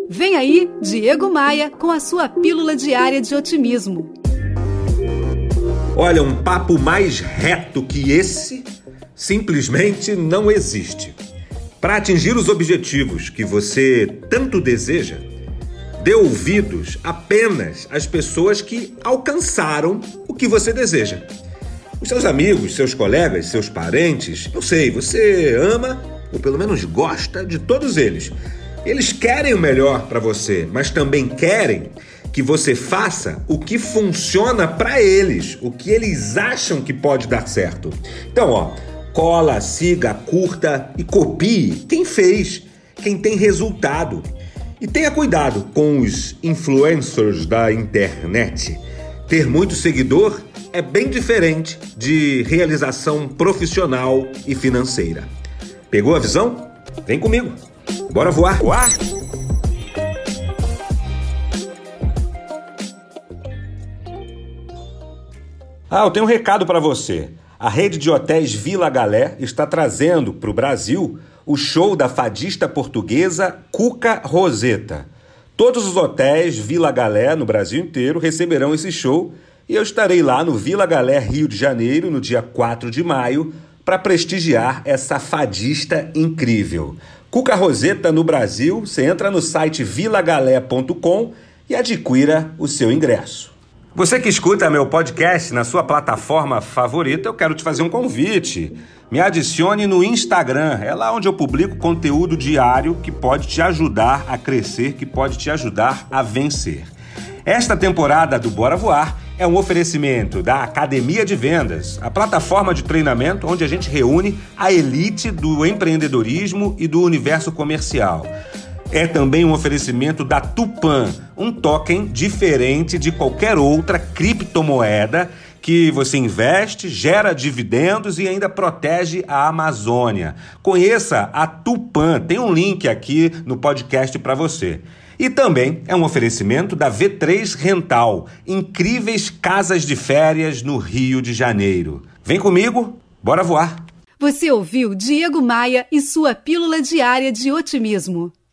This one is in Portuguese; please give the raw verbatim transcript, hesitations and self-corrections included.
Vem aí, Diego Maia, com a sua pílula diária de otimismo. Olha, um papo mais reto que esse simplesmente não existe. Para atingir os objetivos que você tanto deseja, dê ouvidos apenas às pessoas que alcançaram o que você deseja. Os seus amigos, seus colegas, seus parentes, eu sei, você ama ou pelo menos gosta de todos eles. Eles querem o melhor para você, mas também querem que você faça o que funciona para eles, o que eles acham que pode dar certo. Então, ó, cola, siga, curta e copie quem fez, quem tem resultado. E tenha cuidado com os influencers da internet. Ter muito seguidor é bem diferente de realização profissional e financeira. Pegou a visão? Vem comigo. Bora voar? Voar? Ah, eu tenho um recado para você. A rede de hotéis Vila Galé está trazendo para o Brasil o show da fadista portuguesa Cuca Roseta. Todos os hotéis Vila Galé no Brasil inteiro receberão esse show e eu estarei lá no Vila Galé, Rio de Janeiro, no dia quatro de maio, para prestigiar essa fadista incrível. Cuca Roseta no Brasil, você entra no site vila galé ponto com e adquira o seu ingresso. Você que escuta meu podcast na sua plataforma favorita, eu quero te fazer um convite. Me adicione no Instagram, é lá onde eu publico conteúdo diário que pode te ajudar a crescer, que pode te ajudar a vencer. Esta temporada do Bora Voar é um oferecimento da Academia de Vendas, a plataforma de treinamento onde a gente reúne a elite do empreendedorismo e do universo comercial. É também um oferecimento da Tupã, um token diferente de qualquer outra criptomoeda que você investe, gera dividendos e ainda protege a Amazônia. Conheça a Tupã, tem um link aqui no podcast para você. E também é um oferecimento da V três Rental, incríveis casas de férias no Rio de Janeiro. Vem comigo, bora voar! Você ouviu Diego Maia e sua pílula diária de otimismo.